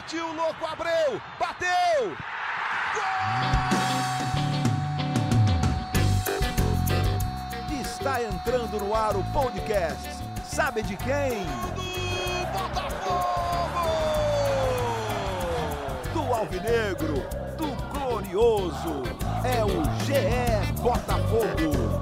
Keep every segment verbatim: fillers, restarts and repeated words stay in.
Partiu, louco, Abreu, bateu! Gol! Está entrando no ar o podcast. Sabe de quem? Do Botafogo! Do Alvinegro, do Glorioso. É o G E Botafogo.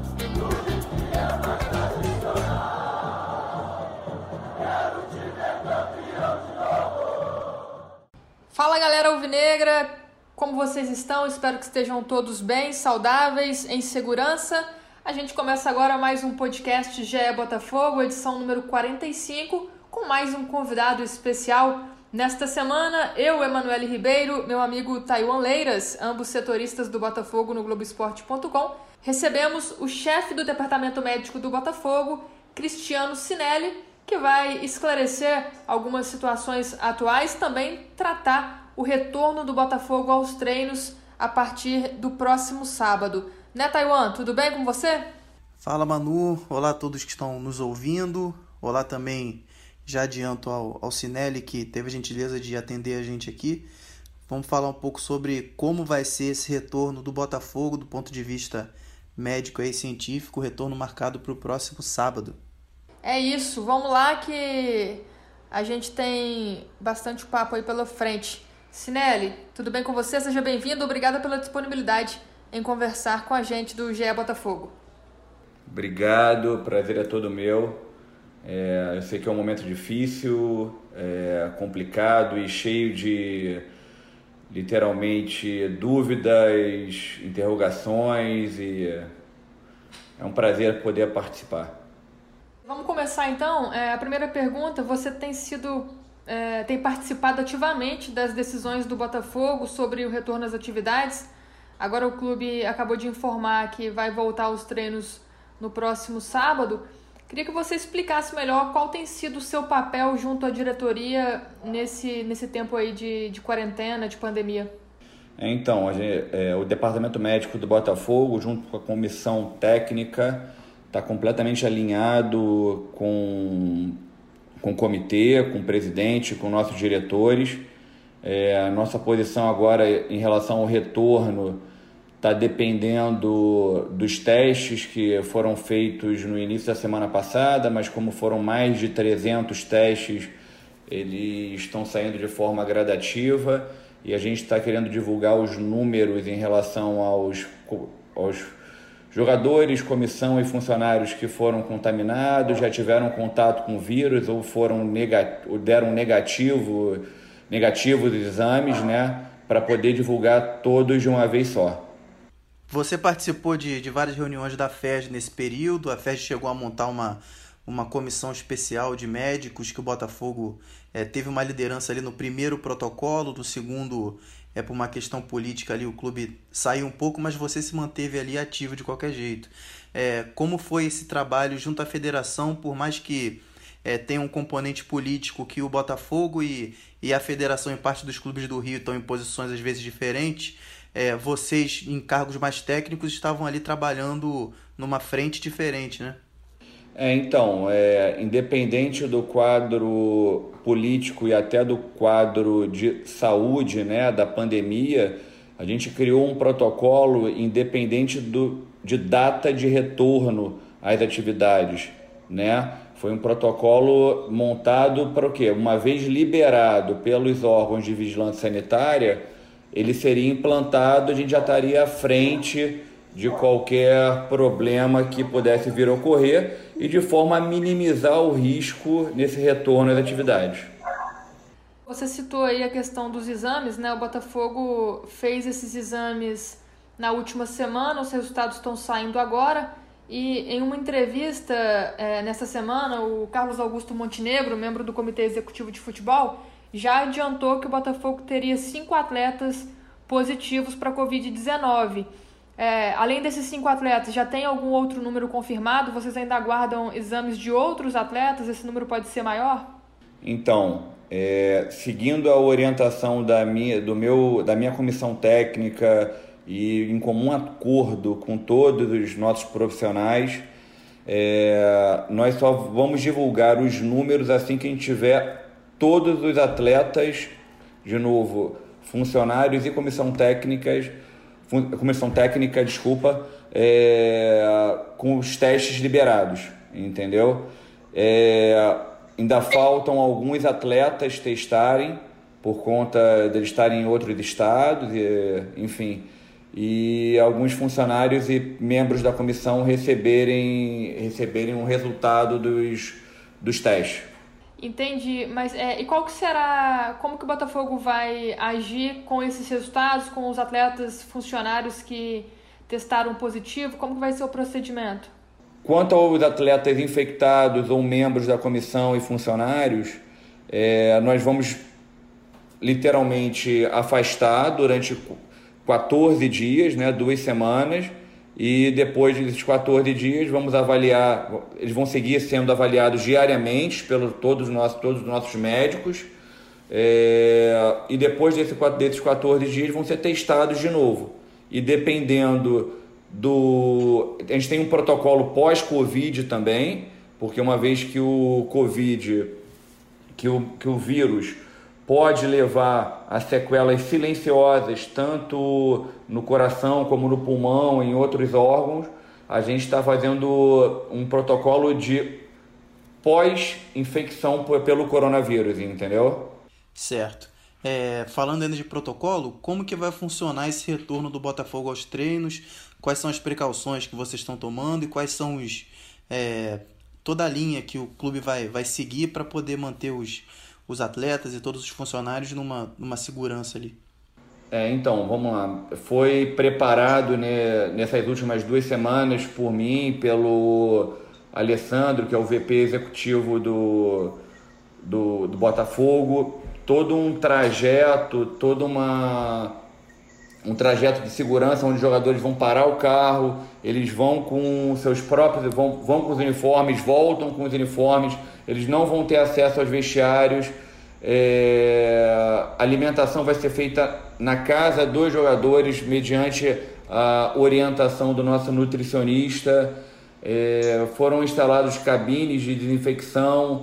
Fala, galera alvinegra, como vocês estão? Espero que estejam todos bem, saudáveis, em segurança. A gente começa agora mais um podcast G E Botafogo, edição número quarenta e cinco, com mais um convidado especial. Nesta semana, eu, Emanuele Ribeiro, meu amigo Taiwan Leiras, ambos setoristas do Botafogo no Globo Esporte ponto com, recebemos o chefe do Departamento Médico do Botafogo, Cristiano Sinelli, que vai esclarecer algumas situações atuais, também tratar o retorno do Botafogo aos treinos a partir do próximo sábado. Né, Taiwan? Tudo bem com você? Fala, Manu. Olá a todos que estão nos ouvindo. Olá também, já adianto ao, ao Sinelli, que teve a gentileza de atender a gente aqui. Vamos falar um pouco sobre como vai ser esse retorno do Botafogo do ponto de vista médico e científico, retorno marcado para o próximo sábado. É isso, vamos lá que a gente tem bastante papo aí pela frente. Sinelli, tudo bem com você? Seja bem-vindo, obrigada pela disponibilidade em conversar com a gente do G E Botafogo. Obrigado, prazer é todo meu. É, eu sei que é um momento difícil, é, complicado e cheio de, literalmente, dúvidas, interrogações e é um prazer poder participar. Vamos começar então. É, a primeira pergunta, você tem sido, é, tem participado ativamente das decisões do Botafogo sobre o retorno às atividades. Agora o clube acabou de informar que vai voltar aos treinos no próximo sábado. Queria que você explicasse melhor qual tem sido o seu papel junto à diretoria nesse, nesse tempo aí de, de quarentena, de pandemia. É, então, a gente, é, o Departamento Médico do Botafogo, junto com a comissão técnica, está completamente alinhado com, com o comitê, com o presidente, com nossos diretores. É, a nossa posição agora em relação ao retorno está dependendo dos testes que foram feitos no início da semana passada, mas como foram mais de trezentos testes, eles estão saindo de forma gradativa e a gente está querendo divulgar os números em relação aos, aos jogadores, comissão e funcionários que foram contaminados, já tiveram contato com o vírus ou foram negat- ou deram negativo, negativos exames, né, para poder divulgar todos de uma vez só. Você participou de, de várias reuniões da F E S nesse período. A F E S chegou a montar uma, uma comissão especial de médicos que o Botafogo é, teve uma liderança ali no primeiro protocolo, no segundo, é, por uma questão política ali, o clube saiu um pouco, mas você se manteve ali ativo de qualquer jeito. É, como foi esse trabalho junto à federação, por mais que é, tenha um componente político que o Botafogo e, e a federação em parte dos clubes do Rio estão em posições às vezes diferentes, É, vocês, em cargos mais técnicos, estavam ali trabalhando numa frente diferente, né? É, então, é, independente do quadro político e até do quadro de saúde, né, da pandemia, a gente criou um protocolo independente do, de data de retorno às atividades, né? Foi um protocolo montado para o quê? Uma vez liberado pelos órgãos de vigilância sanitária, ele seria implantado, a gente já estaria à frente de qualquer problema que pudesse vir a ocorrer e de forma a minimizar o risco nesse retorno às atividades. Você citou aí a questão dos exames, né? O Botafogo fez esses exames na última semana, os resultados estão saindo agora e em uma entrevista é, nessa semana, o Carlos Augusto Montenegro, membro do Comitê Executivo de Futebol, já adiantou que o Botafogo teria cinco atletas positivos para a covid dezenove. É, além desses cinco atletas, já tem algum outro número confirmado? Vocês ainda aguardam exames de outros atletas? Esse número pode ser maior? Então, é, seguindo a orientação da minha, do meu, da minha comissão técnica e em comum acordo com todos os nossos profissionais, é, nós só vamos divulgar os números assim que a gente tiver todos os atletas de novo, funcionários e comissão técnicas, comissão técnica, desculpa, é, com os testes liberados, entendeu? É, ainda faltam alguns atletas testarem por conta de eles estarem em outros estados, e, enfim, e alguns funcionários e membros da comissão receberem, receberem um resultado dos, dos testes. Entendi, mas é, e qual que será, como que o Botafogo vai agir com esses resultados, com os atletas funcionários que testaram positivo, como que vai ser o procedimento? Quanto aos atletas infectados ou membros da comissão e funcionários, é, nós vamos literalmente afastar durante quatorze dias, né, duas semanas, e depois desses quatorze dias vamos avaliar, eles vão seguir sendo avaliados diariamente pelos todos os nossos, todos os nossos médicos, é, e depois desse, desses quatorze dias vão ser testados de novo. E dependendo do... A gente tem um protocolo pós-Covid também, porque uma vez que o Covid, que o, que o vírus pode levar a sequelas silenciosas, tanto no coração como no pulmão, em outros órgãos, a gente está fazendo um protocolo de pós-infecção pelo coronavírus, entendeu? Certo. É, falando ainda de protocolo, como que vai funcionar esse retorno do Botafogo aos treinos? Quais são as precauções que vocês estão tomando e quais são os, é, toda a linha que o clube vai, vai seguir para poder manter os, os atletas e todos os funcionários numa, numa segurança ali? É, então, vamos lá. Foi preparado, né, nessas últimas duas semanas por mim, pelo Alessandro, que é o V P executivo do, do, do Botafogo, todo um trajeto, todo uma, um trajeto de segurança onde os jogadores vão parar o carro, eles vão com seus próprios, vão, vão com os uniformes, voltam com os uniformes, eles não vão ter acesso aos vestiários, é, a alimentação vai ser feita na casa dos jogadores mediante a orientação do nosso nutricionista, é, foram instalados cabines de desinfecção,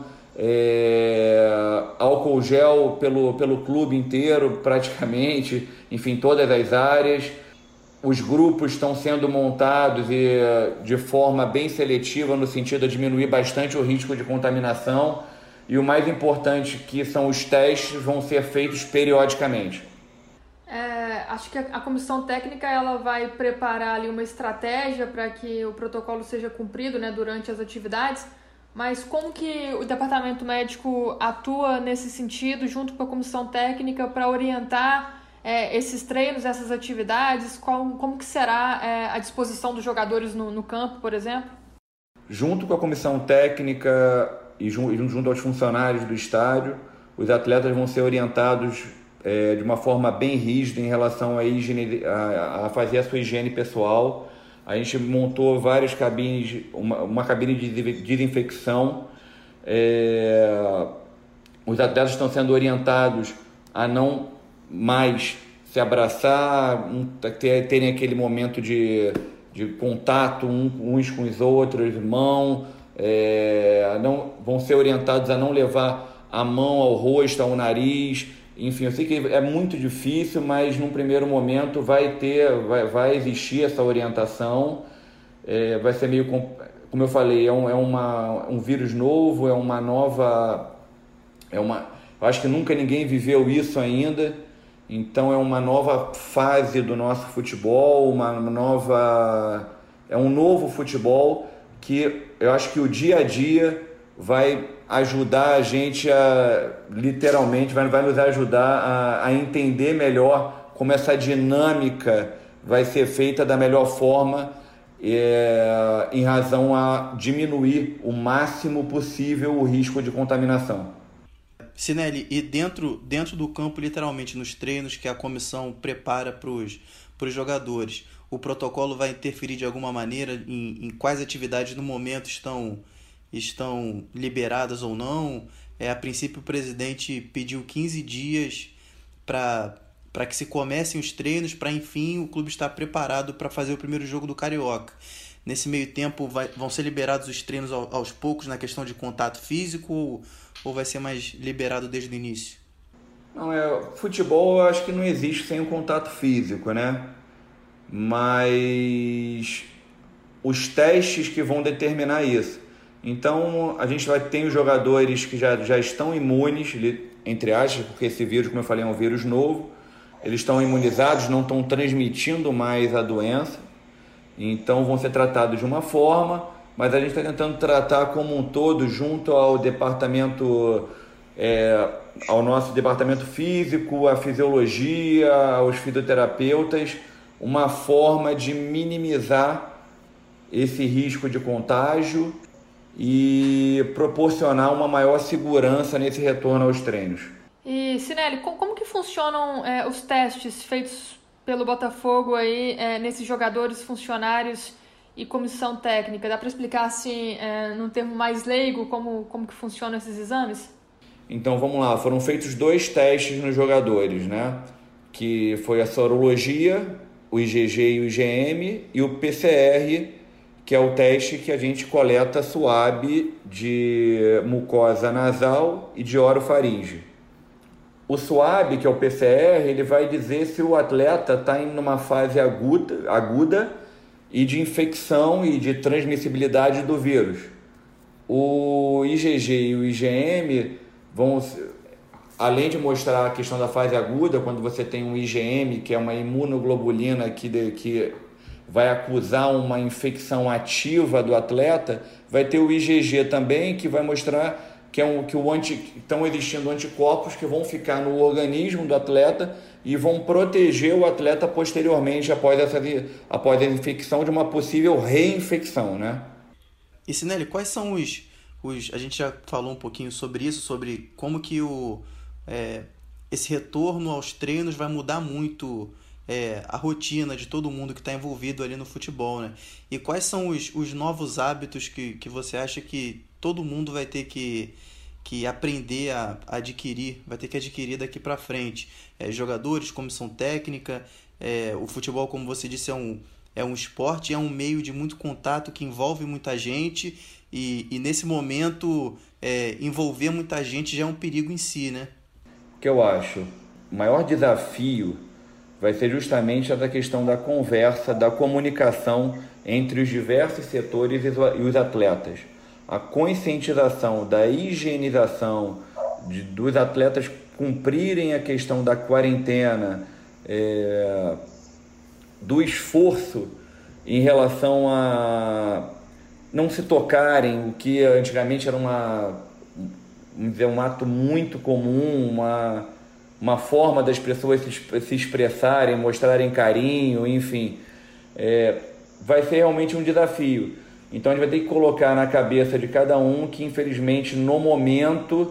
É, álcool gel pelo, pelo clube inteiro praticamente, enfim, todas as áreas. Os grupos estão sendo montados e, de forma bem seletiva, no sentido de diminuir bastante o risco de contaminação, e o mais importante, que são os testes, vão ser feitos periodicamente. É, acho que a, a comissão técnica ela vai preparar ali uma estratégia para que o protocolo seja cumprido, né, durante as atividades. Mas como que o departamento médico atua nesse sentido, junto com a comissão técnica, para orientar é, esses treinos, essas atividades? Qual, como que será é, a disposição dos jogadores no, no campo, por exemplo? Junto com a comissão técnica e junto, junto aos funcionários do estádio, os atletas vão ser orientados é, de uma forma bem rígida em relação a, higiene, a, a fazer a sua higiene pessoal. A gente montou várias cabines, uma, uma cabine de desinfecção. É, os atletas estão sendo orientados a não mais se abraçar, um, ter, terem aquele momento de, de contato um, uns com os outros, mão. É, não, vão ser orientados a não levar a mão ao rosto, ao nariz. Enfim, eu sei que é muito difícil, mas num primeiro momento vai ter, vai, vai existir essa orientação. É, vai ser meio, como eu falei, é, um, é uma, um vírus novo, é uma nova, é uma, eu acho que nunca ninguém viveu isso ainda. Então é uma nova fase do nosso futebol, uma nova, é um novo futebol que eu acho que o dia a dia vai ajudar a gente a, literalmente, vai, vai nos ajudar a, a entender melhor como essa dinâmica vai ser feita da melhor forma, é, em razão a diminuir o máximo possível o risco de contaminação. Sinelli, e dentro, dentro do campo, literalmente, nos treinos que a comissão prepara para os jogadores, o protocolo vai interferir de alguma maneira em, em quais atividades no momento estão... estão liberadas ou não? É, a princípio o presidente pediu quinze dias para para que se comecem os treinos, para enfim o clube estar preparado para fazer o primeiro jogo do Carioca. Nesse meio tempo vai, vão ser liberados os treinos aos, aos poucos na questão de contato físico ou, ou vai ser mais liberado desde o início? Não, é, futebol eu acho que não existe sem o contato físico, né? Mas os testes que vão determinar isso. Então a gente vai ter os jogadores que já, já estão imunes, entre aspas, porque esse vírus, como eu falei, é um vírus novo. Eles estão imunizados, não estão transmitindo mais a doença. Então vão ser tratados de uma forma, mas a gente está tentando tratar como um todo, junto ao departamento, é, ao nosso departamento físico, à fisiologia, aos fisioterapeutas, uma forma de minimizar esse risco de contágio e proporcionar uma maior segurança nesse retorno aos treinos. E, Cinelli, como que funcionam é, os testes feitos pelo Botafogo aí, é, nesses jogadores, funcionários e comissão técnica? Dá para explicar, assim, é, num termo mais leigo, como, como que funcionam esses exames? Então, vamos lá. Foram feitos dois testes nos jogadores, né? Que foi a sorologia, o I G G e o I G M, e o P C R, que é o teste que a gente coleta suave de mucosa nasal e de orofaringe. O suave, que é o P C R, ele vai dizer se o atleta está em uma fase aguda, aguda e de infecção e de transmissibilidade do vírus. O I G G e o I G M vão, além de mostrar a questão da fase aguda, quando você tem um I G M, que é uma imunoglobulina que, de, que vai acusar uma infecção ativa do atleta, vai ter o I G G também, que vai mostrar que, é um, que o anti, estão existindo anticorpos que vão ficar no organismo do atleta e vão proteger o atleta posteriormente após, essa, após a infecção de uma possível reinfecção, né? E, Cinelli, quais são os, os... A gente já falou um pouquinho sobre isso, sobre como que o, é, esse retorno aos treinos vai mudar muito é, a rotina de todo mundo que está envolvido ali no futebol, né? E quais são os, os novos hábitos que, que você acha que todo mundo vai ter que, que aprender a, a adquirir, vai ter que adquirir daqui para frente? É, jogadores, comissão técnica, é, o futebol, como você disse, é um, é um esporte, é um meio de muito contato que envolve muita gente e, e nesse momento é, envolver muita gente já é um perigo em si, né? O que eu acho? O maior desafio vai ser justamente essa questão da conversa, da comunicação entre os diversos setores e os atletas. A conscientização da higienização, de, dos atletas cumprirem a questão da quarentena, é, do esforço em relação a não se tocarem, o que antigamente era uma, vamos dizer, um ato muito comum, uma, uma forma das pessoas se, se expressarem, mostrarem carinho, enfim, é, vai ser realmente um desafio. Então a gente vai ter que colocar na cabeça de cada um que, infelizmente, no momento,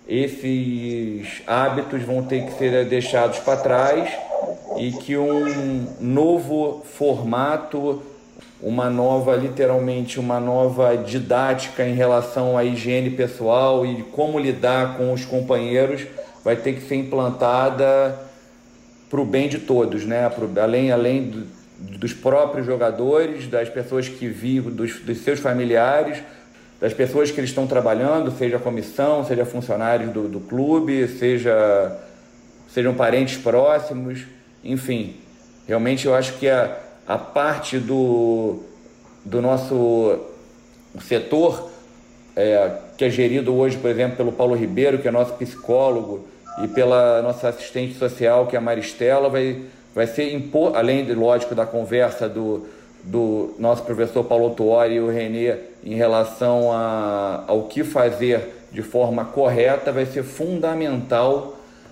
esses hábitos vão ter que ser deixados para trás e que um novo formato, uma nova, literalmente, uma nova didática em relação à higiene pessoal e como lidar com os companheiros vai ter que ser implantada para o bem de todos, né? Pro, além, além do, dos próprios jogadores, das pessoas que vivem, dos, dos seus familiares, das pessoas que eles estão trabalhando, seja a comissão, seja funcionários do, do clube, seja, sejam parentes próximos, enfim. Realmente eu acho que a, a parte do, do nosso setor, é, que é gerido hoje, por exemplo, pelo Paulo Ribeiro, que é nosso psicólogo, e pela nossa assistente social, que é a Maristela, vai... Vai ser, impor, além, de, lógico, da conversa do, do nosso professor Paulo Tuori e o Renê em relação a, ao que fazer de forma correta, vai ser fundamental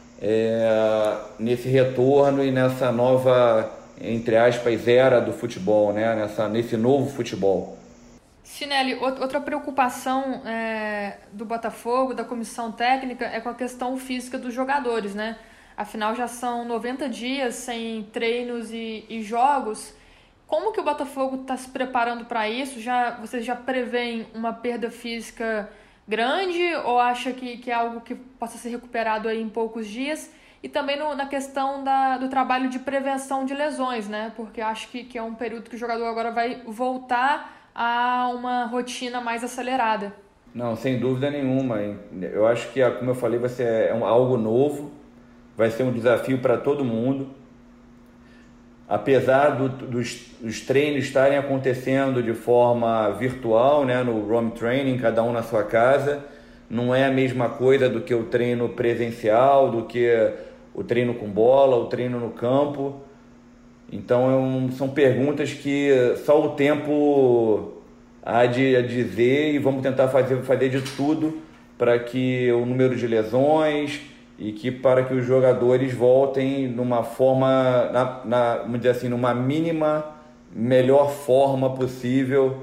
é, nesse retorno e nessa nova, entre aspas, era do futebol, né? Nessa, nesse novo futebol. Cinelli, outra preocupação é, do Botafogo, da comissão técnica, é com a questão física dos jogadores, né? Afinal, já são noventa dias sem treinos e, e jogos. Como que o Botafogo está se preparando para isso? Já, vocês já preveem uma perda física grande ou acha que, que é algo que possa ser recuperado aí em poucos dias? E também no, na questão da, do trabalho de prevenção de lesões, né? Porque acho que, que é um período que o jogador agora vai voltar a uma rotina mais acelerada. Não, sem dúvida nenhuma. Eu acho que, como eu falei, vai ser algo novo. vai ser um desafio para todo mundo. Apesar do, dos, dos treinos estarem acontecendo de forma virtual, né, no home training, cada um na sua casa, não é a mesma coisa do que o treino presencial, do que o treino com bola, o treino no campo. Então é um, são perguntas que só o tempo há de dizer, e vamos tentar fazer, fazer de tudo para que o número de lesões e que para que os jogadores voltem numa forma, na, na, vamos dizer assim, numa mínima, melhor forma possível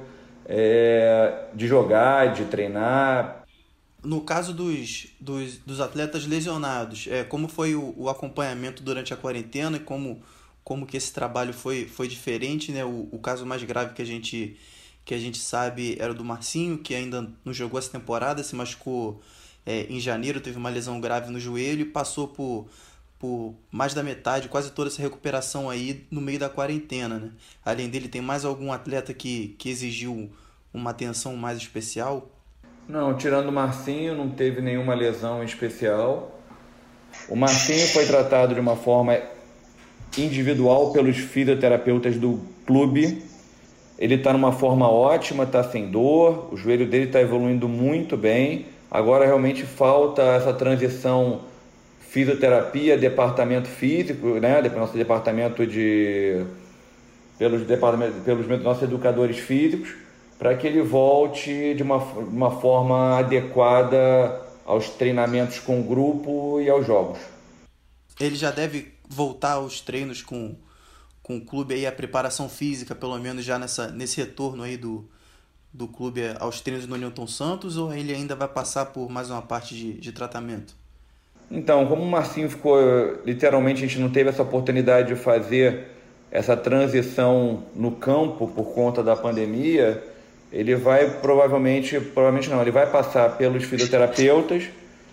é, de jogar, de treinar. No caso dos, dos, dos atletas lesionados, é, como foi o, o acompanhamento durante a quarentena e como, como que esse trabalho foi, foi diferente, né? O, o caso mais grave que a, gente, que a gente sabe era o do Marcinho, que ainda não jogou essa temporada, se machucou é, em janeiro, teve uma lesão grave no joelho e passou por, por mais da metade, quase toda essa recuperação aí no meio da quarentena, né? Além dele, tem mais algum atleta que, que exigiu uma atenção mais especial? Não, tirando o Marcinho, não teve nenhuma lesão especial. O Marcinho foi tratado de uma forma individual pelos fisioterapeutas do clube. Ele está numa forma ótima, está sem dor, o joelho dele está evoluindo muito bem. Agora realmente falta essa transição fisioterapia, departamento físico, né? Nosso departamento de... pelos, departamento, pelos nossos educadores físicos, para que ele volte de uma, uma forma adequada aos treinamentos com o grupo e aos jogos. Ele já deve voltar aos treinos com, com o clube, aí, a preparação física, pelo menos já nessa, nesse retorno aí do, do clube aos treinos no Newton Santos, ou ele ainda vai passar por mais uma parte de, de tratamento? Então, como o Marcinho ficou, literalmente a gente não teve essa oportunidade de fazer essa transição no campo por conta da pandemia, ele vai provavelmente, provavelmente não, ele vai passar pelos fisioterapeutas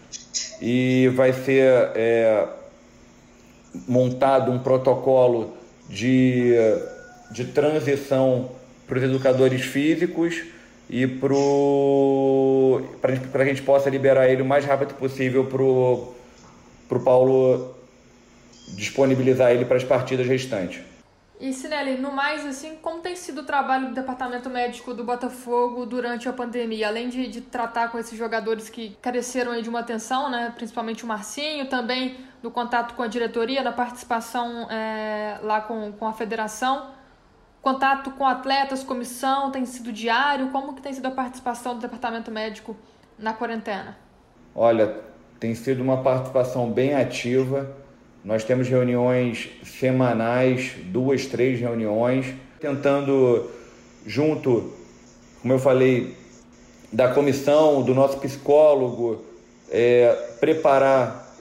e vai ser é, montado um protocolo de, de transição para os educadores físicos e para que a gente possa liberar ele o mais rápido possível para o Paulo disponibilizar ele para as partidas restantes. E, Sinelli, no mais, assim, como tem sido o trabalho do departamento médico do Botafogo durante a pandemia? Além de, de tratar com esses jogadores que careceram aí de uma atenção, né, principalmente o Marcinho, também do contato com a diretoria, da participação é, lá com, com a federação, contato com atletas, comissão, tem sido diário? Como que tem sido a participação do departamento médico na quarentena? Olha, tem sido uma participação bem ativa. Nós temos reuniões semanais, duas, três reuniões, tentando, junto, como eu falei, da comissão, do nosso psicólogo, é, preparar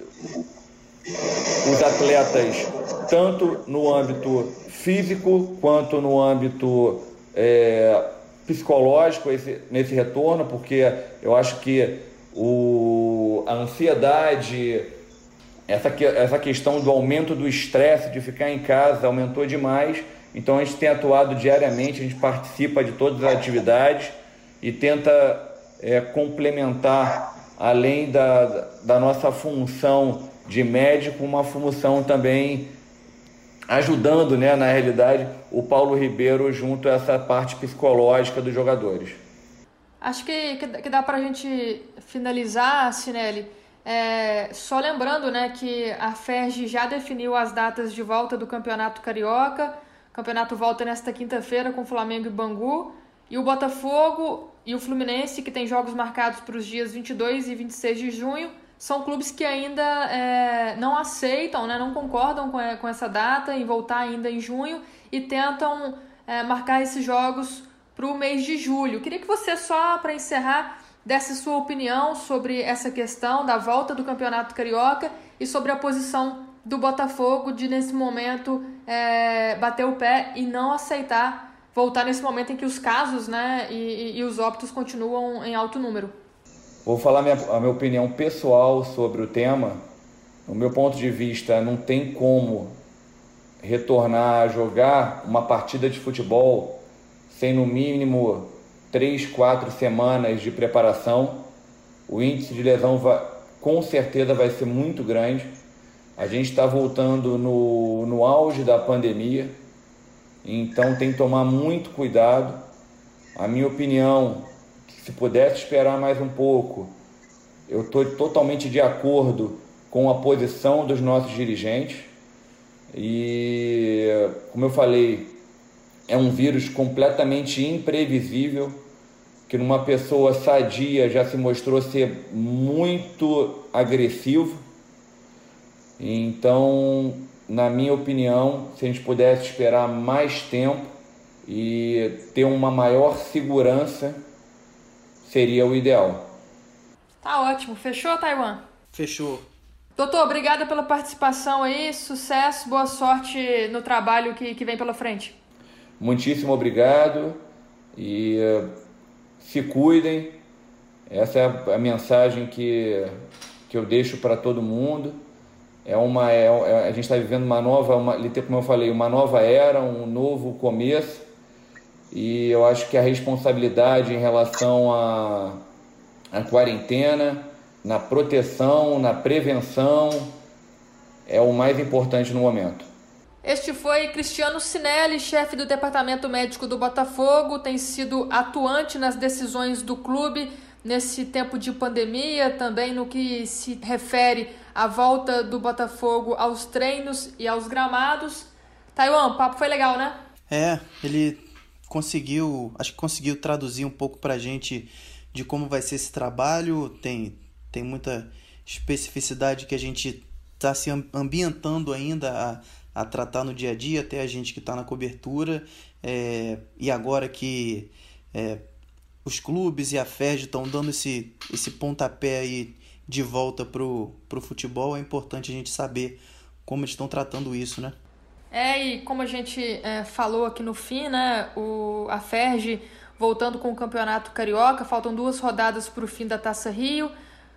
os atletas tanto no âmbito físico quanto no âmbito é, psicológico esse, nesse retorno, porque eu acho que o, a ansiedade... Essa, essa questão do aumento do estresse, de ficar em casa, aumentou demais. Então a gente tem atuado diariamente, a gente participa de todas as atividades e tenta é, complementar, além da, da nossa função de médico, uma função também ajudando, né, na realidade, o Paulo Ribeiro junto a essa parte psicológica dos jogadores. Acho que, que, que dá para a gente finalizar, Sinelli, É, só lembrando, né, que a F E R J já definiu as datas de volta do Campeonato Carioca. O campeonato volta nesta quinta-feira com Flamengo e Bangu. E o Botafogo e o Fluminense, que tem jogos marcados para os dias vinte e dois e vinte e seis de junho, são clubes que ainda é, não aceitam, né, não concordam com, com essa data em voltar ainda em junho e tentam é, marcar esses jogos para o mês de julho. Queria que você, só para encerrar, desse sua opinião sobre essa questão da volta do Campeonato Carioca e sobre a posição do Botafogo de, nesse momento, é, bater o pé e não aceitar voltar nesse momento em que os casos, né, e, e os óbitos continuam em alto número. Vou falar minha, a minha opinião pessoal sobre o tema. No meu ponto de vista, não tem como retornar a jogar uma partida de futebol sem, no mínimo, três, quatro semanas de preparação. O índice de lesão vai, com certeza vai ser muito grande. A gente está voltando no, no auge da pandemia, então tem que tomar muito cuidado. A minha opinião, que se pudesse esperar mais um pouco, eu estou totalmente de acordo com a posição dos nossos dirigentes. E, como eu falei, é um vírus completamente imprevisível, que numa pessoa sadia já se mostrou ser muito agressivo. Então, na minha opinião, se a gente pudesse esperar mais tempo e ter uma maior segurança, seria o ideal. Tá ótimo. Fechou, Taiwan? Fechou. Doutor, obrigada pela participação aí. Sucesso, boa sorte no trabalho que, que vem pela frente. Muitíssimo obrigado e uh, se cuidem. Essa é a mensagem que, que eu deixo para todo mundo. É uma, é, a gente está vivendo uma nova, uma, como eu falei, uma nova era, um novo começo, e eu acho que a responsabilidade em relação à, à quarentena, na proteção, na prevenção, é o mais importante no momento. Este foi Cristiano Sinelli, chefe do Departamento Médico do Botafogo, tem sido atuante nas decisões do clube nesse tempo de pandemia, também no que se refere à volta do Botafogo aos treinos e aos gramados. Taiwan, o papo foi legal, né? É, ele conseguiu, acho que conseguiu traduzir um pouco pra gente de como vai ser esse trabalho. Tem, tem muita especificidade que a gente está se ambientando ainda a, a tratar no dia a dia, até a gente que está na cobertura. É, e agora que é, os clubes e a F E R J estão dando esse, esse pontapé aí de volta pro, pro futebol, é importante a gente saber como eles estão tratando isso, né? É, e como a gente é, falou aqui no fim, né, o, a F E R J voltando com o Campeonato Carioca, faltam duas rodadas para o fim da Taça Rio.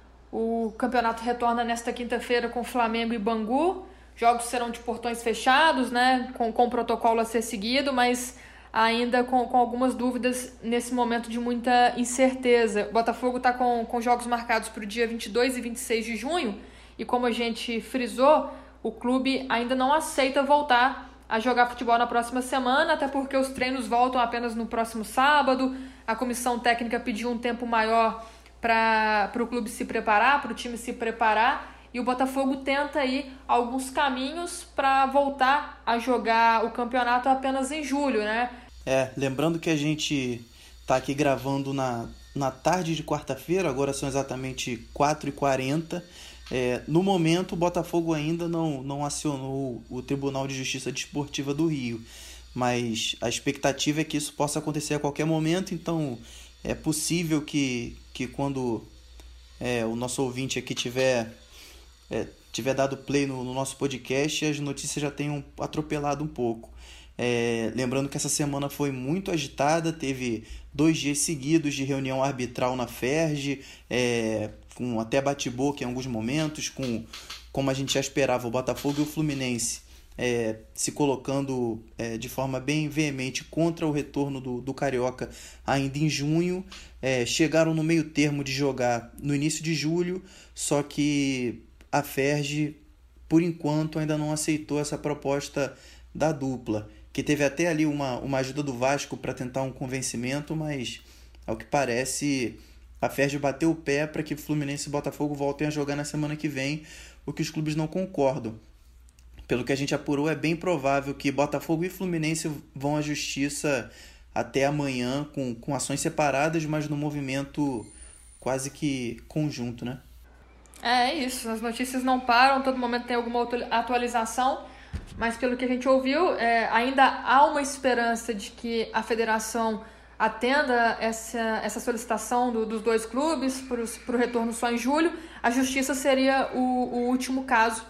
O campeonato retorna nesta quinta-feira com Flamengo e Bangu. Jogos serão de portões fechados, né, com, com o protocolo a ser seguido, mas ainda com, com algumas dúvidas nesse momento de muita incerteza. O Botafogo está com, com jogos marcados para o dia vinte e dois e vinte e seis de junho, e como a gente frisou, o clube ainda não aceita voltar a jogar futebol na próxima semana, até porque os treinos voltam apenas no próximo sábado. A comissão técnica pediu um tempo maior para o clube se preparar, para o time se preparar, e o Botafogo tenta aí alguns caminhos para voltar a jogar o campeonato apenas em julho, né? É, lembrando que a gente tá aqui gravando na, na tarde de quarta-feira, agora são exatamente quatro e quarenta. É, no momento, o Botafogo ainda não, não acionou o Tribunal de Justiça Desportiva do Rio, mas a expectativa é que isso possa acontecer a qualquer momento, então é possível que, que quando é, o nosso ouvinte aqui tiver, é, tiver dado play no, no nosso podcast, as notícias já tenham atropelado um pouco. É, lembrando que essa semana foi muito agitada, teve dois dias seguidos de reunião arbitral na F E R J, é, com até bate-boca em alguns momentos, com, como a gente já esperava, o Botafogo e o Fluminense é, se colocando é, de forma bem veemente contra o retorno do, do Carioca ainda em junho. É, chegaram no meio termo de jogar no início de julho, só que a F E R J, por enquanto, ainda não aceitou essa proposta da dupla, que teve até ali uma, uma ajuda do Vasco para tentar um convencimento, mas ao que parece a F E R J bateu o pé para que Fluminense e Botafogo voltem a jogar na semana que vem, o que os clubes não concordam. Pelo que a gente apurou, é bem provável que Botafogo e Fluminense vão à justiça até amanhã com, com ações separadas, mas no movimento quase que conjunto, né? É isso, as notícias não param, todo momento tem alguma atualização, mas pelo que a gente ouviu, é, ainda há uma esperança de que a federação atenda essa, essa solicitação do, dos dois clubes para o retorno só em julho. A justiça seria o, o último caso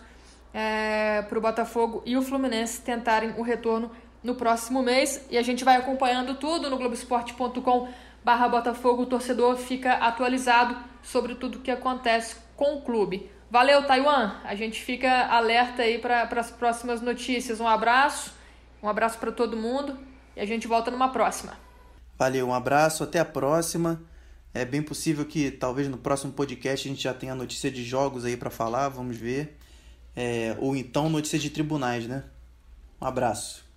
é, para o Botafogo e o Fluminense tentarem o retorno no próximo mês. E a gente vai acompanhando tudo no globoesporte ponto com barra Botafogo. O torcedor fica atualizado sobre tudo que acontece com o clube. Valeu, Taiwan! A gente fica alerta aí para as próximas notícias. Um abraço, um abraço para todo mundo e a gente volta numa próxima. Valeu, um abraço, até a próxima. É bem possível que talvez no próximo podcast a gente já tenha notícia de jogos aí para falar, vamos ver. é, ou então notícias de tribunais, né? Um abraço.